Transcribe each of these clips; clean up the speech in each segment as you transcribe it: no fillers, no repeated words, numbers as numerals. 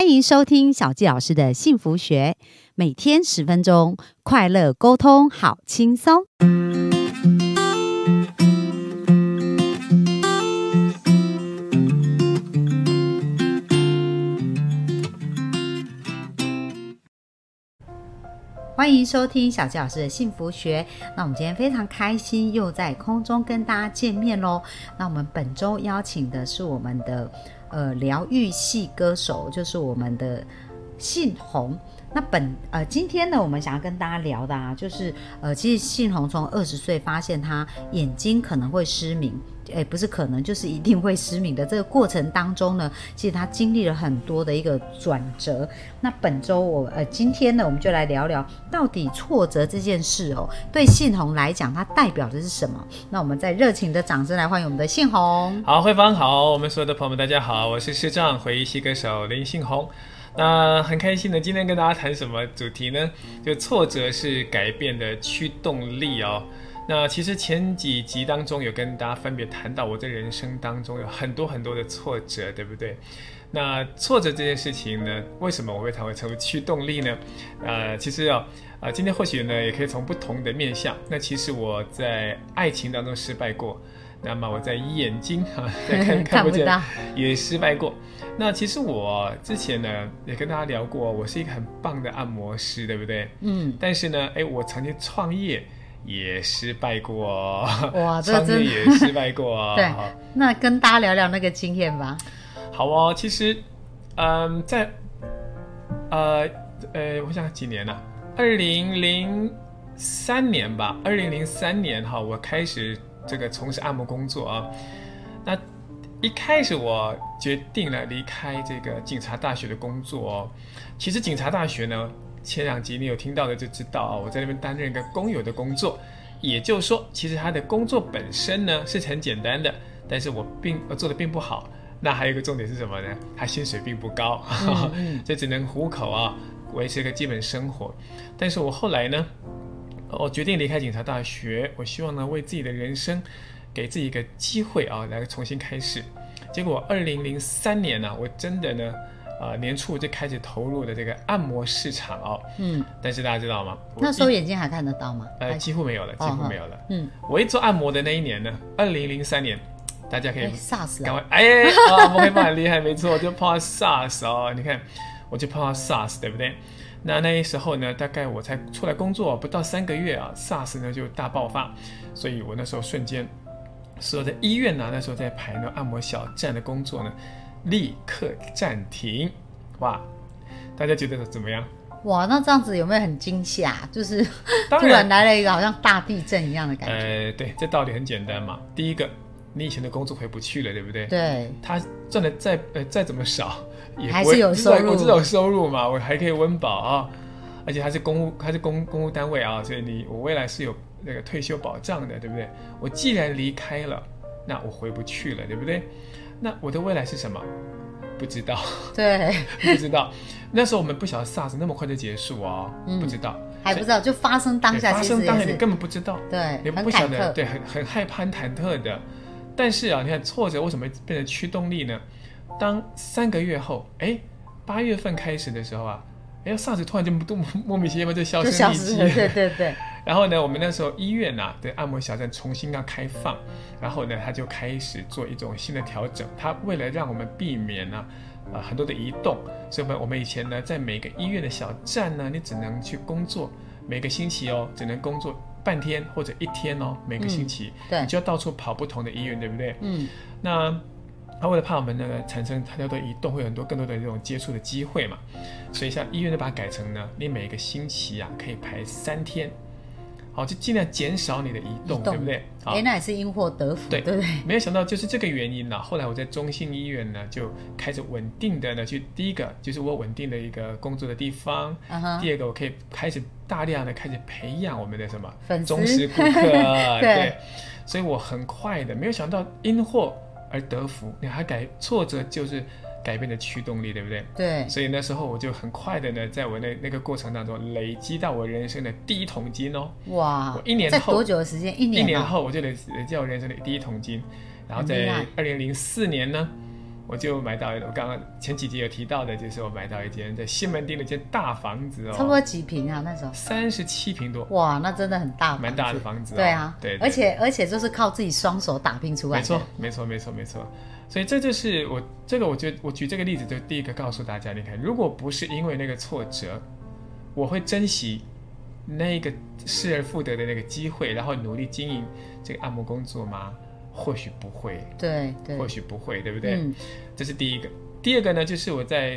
欢迎收听小纪老师的幸福学，每天10分钟，快乐沟通好轻松。欢迎收听小纪老师的幸福学。那我们今天非常开心，又在空中跟大家见面咯。那我们本周邀请的是我们的疗愈系歌手，就是我们的信宏。那今天呢，我们想要跟大家聊的啊，就是其实信宏从20岁发现他眼睛可能会失明，不是可能，就是一定会失明的这个过程当中呢，其实他经历了很多的一个转折。那本周今天呢，我们就来聊聊到底挫折这件事对信宏来讲，它代表的是什么？那我们再热情的掌声来欢迎我们的信宏。 好，慧芳好，我们所有的朋友们大家好，我是视障回忆系歌手林信宏。那很开心的，今天跟大家谈什么主题呢？就挫折是改变的驱动力哦。那其实前几集当中有跟大家分别谈到，我在人生当中有很多很多的挫折，对不对？那挫折这件事情呢，为什么我会成为驱动力呢？其实今天或许呢，也可以从不同的面向。那其实我在爱情当中失败过，那么我在眼睛在看不见也失败过。那其实我之前呢也跟大家聊过，我是一个很棒的按摩师，对不对？但是呢，我曾经创业也失败过哇，这真的也失败过对，那跟大家聊聊那个经验吧。 好哦，其实在我想几年了，2003年吧，2003年我开始这个从事按摩工作啊。那一开始我决定了离开这个警察大学的工作哦。其实警察大学呢，前2集你有听到的就知道我在那边担任一个工友的工作，也就是说，其实他的工作本身呢是很简单的，但是我做的并不好。那还有一个重点是什么呢？他薪水并不高，这只能糊口啊，维持一个基本生活。但是我后来呢，我决定离开警察大学，我希望呢为自己的人生给自己一个机会啊，来重新开始。结果2003年呢，我真的呢，年初就开始投入了这个按摩市场哦。但是大家知道吗？ 那时候眼睛还看得到吗？ 几乎没有了，几乎没有了。我一做按摩的那一年呢，2003年，大家可以 SARS 赶快我会很厉害，没错，就碰到 SARS 哦。你看，我就碰到 SARS， 对不对？那时候呢，大概我才出来工作不到3个月啊 ，SARS 呢就大爆发，所以我那时候瞬间，所有的医院呢，那时候在排那按摩小站的工作呢，立刻暂停。哇，大家觉得怎么样？ 哇，那这样子有没有很惊吓？就是突然来了一个好像大地震一样的感觉。 对，这道理很简单嘛。第一个，你以前的工作回不去了，对不对？ 对。 他赚的再怎么少，也还是有收入。 我至少有收入嘛，我还可以温饱啊。而且他是公务单位啊，所以我未来是有那个退休保障的，对不对？我既然离开了，那我回不去了，对不对？那我的未来是什么？不知道。 对， 不知道。那时候我们不晓得 SARS 那么快就结束哦，不知道， 还不知道，就发生当下， 发生当下你根本不知道， 对， 你不晓得，对，很害怕、很忐忑的。但是啊，你看挫折为什么变成驱动力呢？当3个月后，8月份开始的时候啊，SARS 突然就莫名其妙就销声匿迹了， 对。 然后呢，我们那时候医院的按摩小站重新要开放，然后呢，他就开始做一种新的调整。他为了让我们避免很多的移动，所以我们以前呢，在每个医院的小站呢，你只能去工作，每个星期只能工作半天或者1天每个星期， 对， 你就要到处跑不同的医院，对不对？那他为了怕我们产生太多的移动，会有更多的这种接触的机会嘛，所以像医院就把它改成呢，你每个星期可以排3天。好，就尽量减少你的移动，对不对？ 那也是因祸得福，对不对？ 没有想到就是这个原因后来我在中信医院呢，就开始稳定的呢，第一个就是我稳定的一个工作的地方，第二个我可以开始大量的开始培养我们的什么忠实顾客对，所以我很快的没有想到因祸而得福，你还挫折就是改变的驱动力，对不对？ 对。 所以那时候我就很快的呢，在我那个过程当中累积到我人生的第1桶金哦。 哇！ 我1年后， 在多久的时间？1年后我就累积我人生的第1桶金。然后在2004年呢， 我就买到我刚刚前几集有提到的，就是我买到一间在西门町的一间大房子哦， 差不多几坪啊？那时候 37坪多。 哇，那真的很大， 蛮大的房子。 对啊， 对， 而且就是靠自己双手打拼出来的。 没错。所以这就是我觉得我举这个例子，就第一个告诉大家，你看，如果不是因为那个挫折，我会珍惜那个失而复得的那个机会，然后努力经营这个按摩工作吗？或许不会。 对， 或许不会，对不对？这是第一个。第二个呢，就是我在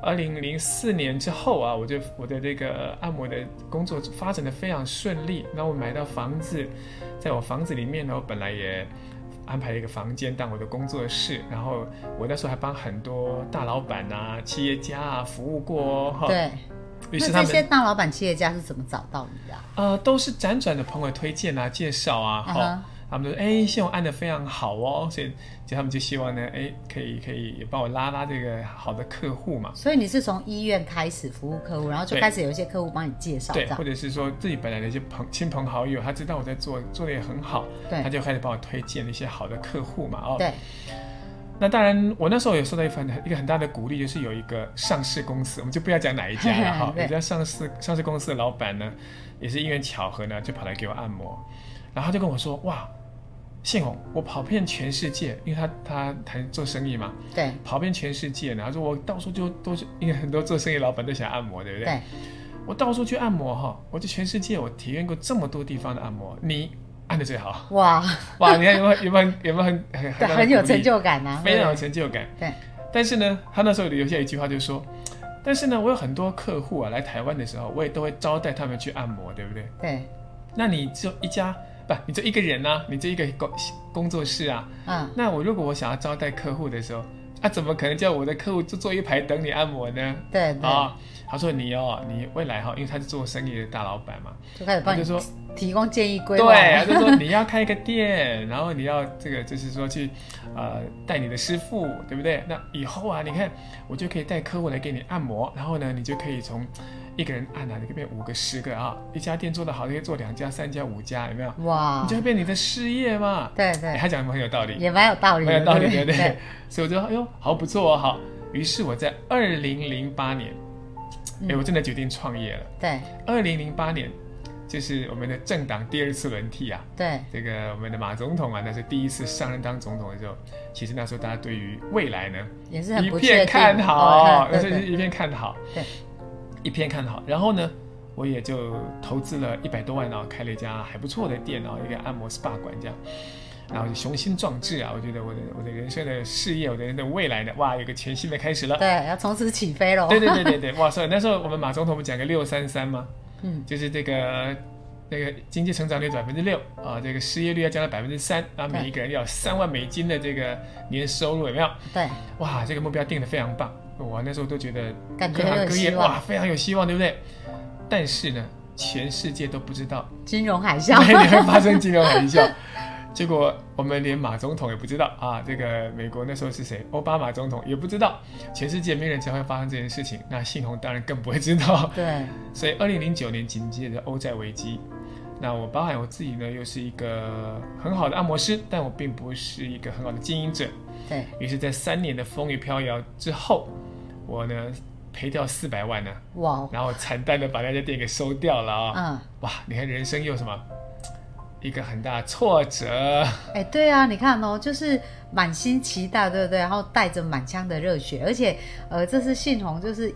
2004年之后啊，我的这个按摩的工作发展的非常顺利。然后我买到房子，在我房子里面呢，我本来也安排了一个房间当我的工作室，然后我那时候还帮很多大老板啊、企业家啊服务过哦。 对。 于是那这些大老板、企业家是怎么找到你的？ 都是辗转的朋友推荐啊、介绍啊，他们说信用按得非常好哦，所以他们就希望呢，可以也帮我拉这个好的客户嘛。 所以你是从医院开始服务客户，然后就开始有一些客户帮你介绍， 对，或者是说自己本来的一些亲朋好友，他知道我在做的也很好，他就开始帮我推荐一些好的客户嘛。 对。 那当然，我那时候有受到一个很大的鼓励，就是有一个上市公司，我们就不要讲哪一家了哈。有家上市公司的老板呢，也是因缘巧合呢，就跑来给我按摩，然后他就跟我说：“哇，信宏，我跑遍全世界，因为他做生意嘛， 对， 跑遍全世界，然后说我到处都是，因为很多做生意老板都想按摩，对不对？ 对， 我到处去按摩哈，我在全世界我体验过这么多地方的按摩，你按的最好。哇，你看有没有很有成就感啊， 非常有成就感。 对。 但是呢，他那时候留下一句话，就是说，但是呢，我有很多客户啊来台湾的时候，我也都会招待他们去按摩，对不对？ 对。 那你只有你就一个人啊，你这一个工作室啊，那如果我想要招待客户的时候，怎么可能叫我的客户就坐一排等你按摩呢？ 对。 他说你未来因为他是做生意的大老板嘛， 就开始帮你说提供建议规划。 对，他就说你要开一个店，然后你要这个就是说去带你的师傅，对不对？那以后啊，你看我就可以带客户来给你按摩，然后呢，你就可以从一个人按你可以变5个、10个啊，一家店做得好，可以做2家、3家、5家，有没有？哇，你就会变你的事业嘛。 对， 他讲的很有道理， 也蛮有道理的， 蛮有道理的，对。所以我就说，好不错哦，好。于是我在2008年。我真的决定创业了。 对 ，2008年就是我们的政党第2次轮替啊。 对， 这个我们的马总统啊，那是第1次上任当总统的时候，其实那时候大家对于未来呢也是很一片看好， 那是一片看好， 对， 一片看好。然后呢，我也就投资了100多万开了一家还不错的店一个按摩 SPA 馆这样。然后就雄心壮志啊！我觉得我的人生的事业，我的人的未来呢，哇，有个全新的开始了。 对，要从此起飞了。 对，哇！所以那时候我们马总统不讲个633吗？就是这个经济成长率6%啊，这个失业率要降到3%，然后每一个人要有3万美金的这个年收入，有没有？ 对， 哇，这个目标定得非常棒。我那时候都觉得各行各业哇非常有希望，对不对？但是呢，全世界都不知道金融海啸会发生金融海啸。结果我们连马总统也不知道啊，这个美国那时候是谁？奥巴马总统也不知道，全世界没人知道会发生这件事情，那信宏当然更不会知道。 对， 所以2009年紧接着欧债危机，那我包含我自己呢，又是一个很好的按摩师，但我并不是一个很好的经营者。 对， 于是，在3年的风雨飘摇之后，我呢赔掉400万呢，哇！然后惨淡的把那家店给收掉了啊。哇！你看人生又什么？一个很大的挫折。 对啊，你看就是满心期待，对不对？然后带着满腔的热血，而且这是信宏就是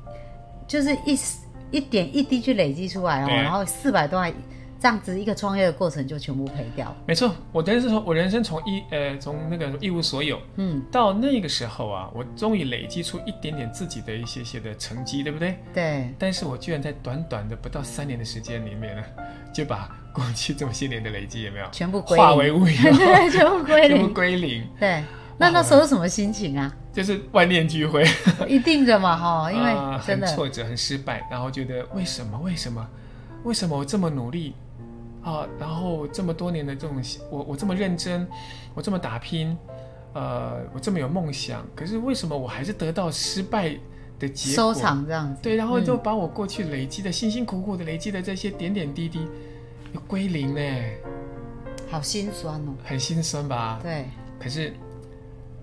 一点一滴去累积出来然后400多万这样子一个创业的过程就全部赔掉。 没错，我人生从那个一无所有，到那个时候啊，我终于累积出一点点自己的一些的成绩，对不对？ 对。 但是我居然在短短的不到3年的时间里面呢，就把过去这么些年的累积有没有全部归零， 化为乌有， 全部归零。对。那时候什么心情啊？ 就是万念俱灰， 一定的嘛因为真的很挫折，很失败，然后觉得为什么我这么努力然后这么多年的这种我这么认真，我这么打拼，我这么有梦想，可是为什么我还是得到失败的结果， 收场这样子？ 对，然后就把我过去累积的辛辛苦苦的累积的这些点点滴滴又归零呢， 好心酸哦， 很心酸吧？ 对。 可是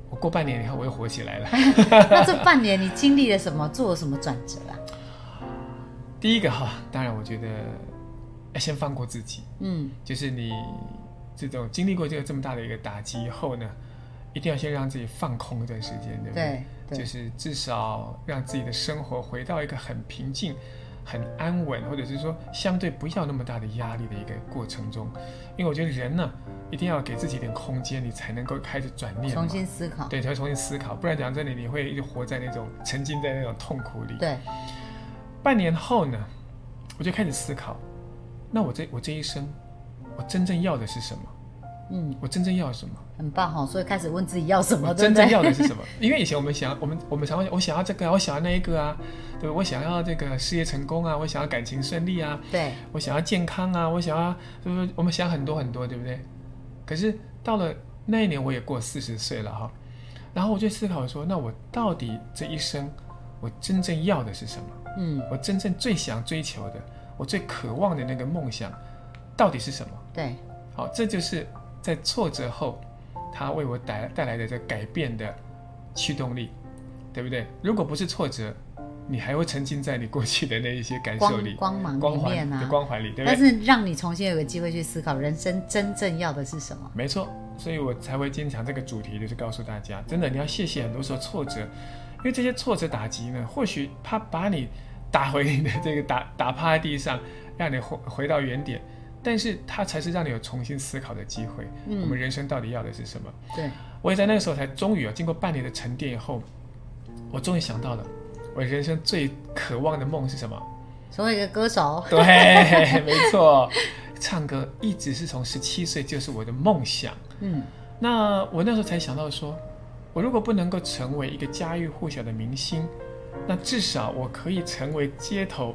我过半年以后我又活起来了。 那这半年你经历了什么，做了什么转折啊？ 第一个当然我觉得要先放过自己，就是你这种经历过这么大的一个打击以后呢，一定要先让自己放空一段时间，对不对？对，就是至少让自己的生活回到一个很平静、很安稳，或者是说相对不要那么大的压力的一个过程中。因为我觉得人呢，一定要给自己一点空间，你才能够开始转念， 重新思考。 对，才会重新思考，不然讲真的，你会一直活在那种沉浸在那种痛苦里。 对。 半年后呢，我就开始思考，那我这一生，我真正要的是什么？我真正要什么？ 很棒所以开始问自己要什么， 真正要的是什么？因为以前我们常会我想要这个，我想要那一个啊，对，我想要这个事业成功啊，我想要感情顺利啊， 对， 我想要健康啊，我想要，我们想很多很多，对不对？可是到了那一年，我也过40岁了然后我就思考说，那我到底这一生，我真正要的是什么？我真正最想追求的，我最渴望的那个梦想，到底是什么？ 对， 好，这就是在挫折后，它为我带来的这改变的驱动力，对不对？如果不是挫折，你还会沉浸在你过去的那一些感受里、 光芒里面啊， 光环里，对不对？ 但是让你重新有个机会去思考人生真正要的是什么。 没错，所以我才会经常这个主题，就是告诉大家，真的你要谢谢很多时候挫折，因为这些挫折打击呢，或许它把你打回你的这个打趴在地上，让你回到原点。但是它才是让你有重新思考的机会。我们人生到底要的是什么？ 对， 我也在那个时候才终于经过半年的沉淀以后，我终于想到了，我人生最渴望的梦是什么？ 成为一个歌手。 对，没错，唱歌一直是从17岁就是我的梦想。那我那时候才想到说，我如果不能够成为一个家喻户晓的明星，那至少我可以成为街头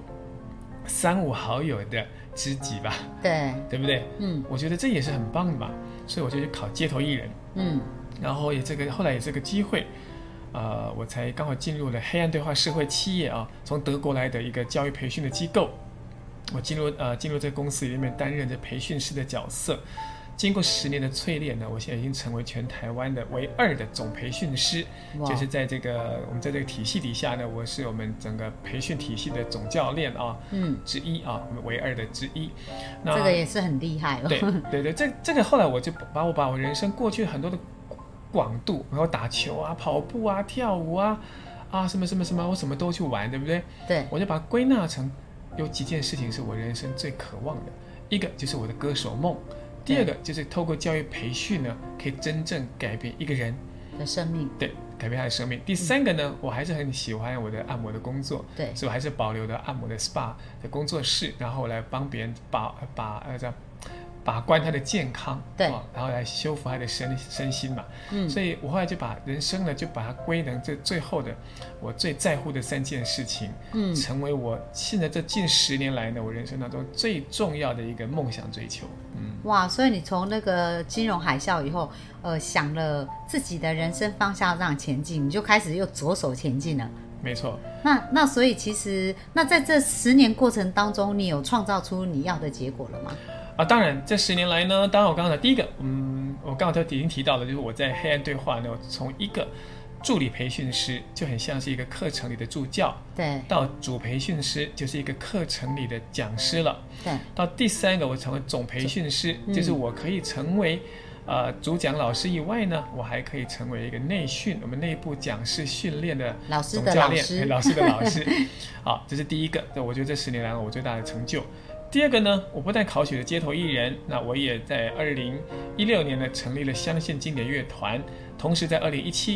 3、5好友的知己吧，对不对？我觉得这也是很棒的嘛，所以我就去考街头艺人。然后后来也这个机会，我才刚好进入了黑暗对话社会企业从德国来的一个教育培训的机构，我进入这个公司里面担任着培训师的角色。经过10年的淬炼呢，我现在已经成为全台湾的唯2的总培训师，就是在我们在这个体系底下呢，我是我们整个培训体系的总教练之一我们唯2的之一。那这个也是很厉害对，这个后来我就把我人生过去很多的广度，然后打球跑步跳舞什么，我什么都去玩，对不对？ 对， 我就把它归纳成有几件事情是我人生最渴望的，一个就是我的歌手梦。第二个就是透过教育培训呢，可以真正改变一个人的生命， 对，改变他的生命。第3个呢，我还是很喜欢我的按摩的工作， 对， 所以我还是保留了按摩的 SPA 的工作室，然后来帮别人把关他的健康， 对， 然后来修复他的身心嘛。所以我后来就把人生呢，就把它归成这最后的我最在乎的3件事情，成为我现在这近10年来呢，我人生当中最重要的一个梦想追求。 哇，所以你从那个金融海啸以后，想了自己的人生方向让前进，你就开始又左手前进了。 没错。 那所以其实在这10年过程当中，你有创造出你要的结果了吗？ 当然，这10年来呢，当然我刚刚第一个，我刚刚已经提到了，就是我在黑暗对话呢，从一个助理培训师，就很像是一个课程里的助教， 对， 到主培训师，就是一个课程里的讲师了， 对， 到第3个我成为总培训师，就是我可以成为主讲老师以外呢，我还可以成为一个内训，我们内部讲师训练的总教练，老师的老师。好，这是第一个，我觉得这10年来我最大的成就。第2个呢，我不但考取了街头艺人，那我也在2016年呢成立了乡县经典乐团，同时在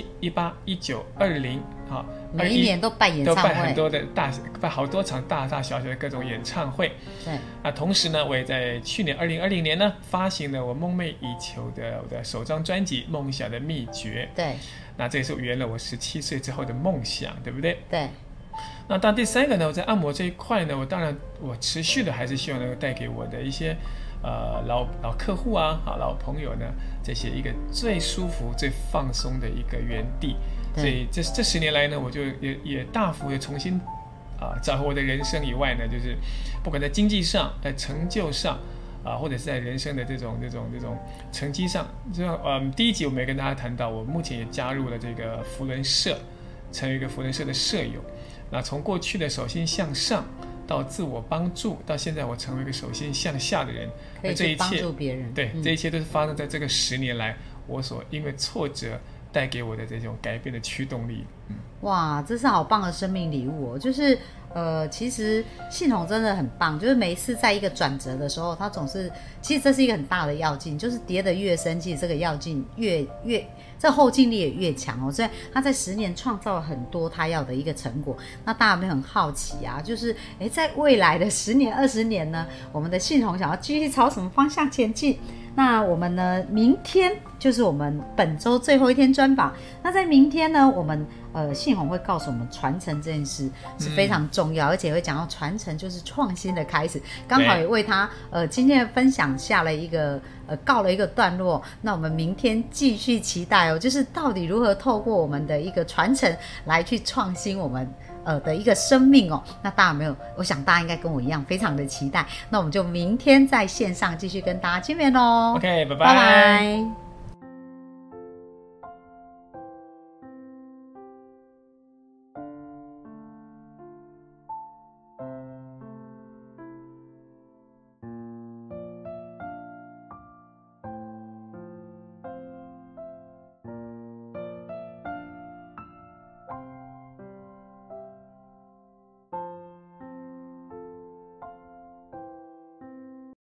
2017、18、19、20 每一年都办演唱会， 都办很多的办好多场大大小小的各种演唱会。 对， 同时呢，我也在去年2020年呢发行了我梦寐以求的我的首张专辑《梦想的秘诀》。 对， 那这也是圆了我17岁之后的梦想，对不对？ 对。 那当然第3个呢，我在按摩这一块呢，我持续的还是希望能够带给我的一些老客户老朋友呢，这些一个最舒服最放松的一个园地。所以这10年来呢，我就也大幅的重新找回我的人生以外呢，就是不管在经济上在成就上或者是在人生的这种成绩上，第一集我们也跟大家谈到，我目前也加入了这个扶轮社，成为一个扶轮社的社友。那从过去的手心向上到自我帮助，到现在我成为一个手心向下的人， 可以去帮助别人。 对，这一切都是发生在这个10年来，我所因为挫折带给我的这种改变的驱动力。 哇，这是好棒的生命礼物哦！就是其实信宏真的很棒，就是每一次在一个转折的时候，他总是，其实这是一个很大的跃进，就是跌得越深，其实这个跃进越这后劲力也越强哦。所以他在10年创造了很多他要的一个成果。那大家有没有很好奇啊？就是在未来的10年、20年呢，我们的信宏想要继续朝什么方向前进？那我们呢，明天就是我们本周最后一天专访。那在明天呢，我们信宏会告诉我们传承这件事是非常重要，而且会讲到传承就是创新的开始，刚好也为他今天的分享下了一个告了一个段落。那我们明天继续期待哦，就是到底如何透过我们的一个传承来去创新我们的一个生命哦。那大家有没有？我想大家应该跟我一样非常的期待。那我们就明天在线上继续跟大家见面咯。 OK， 拜拜拜。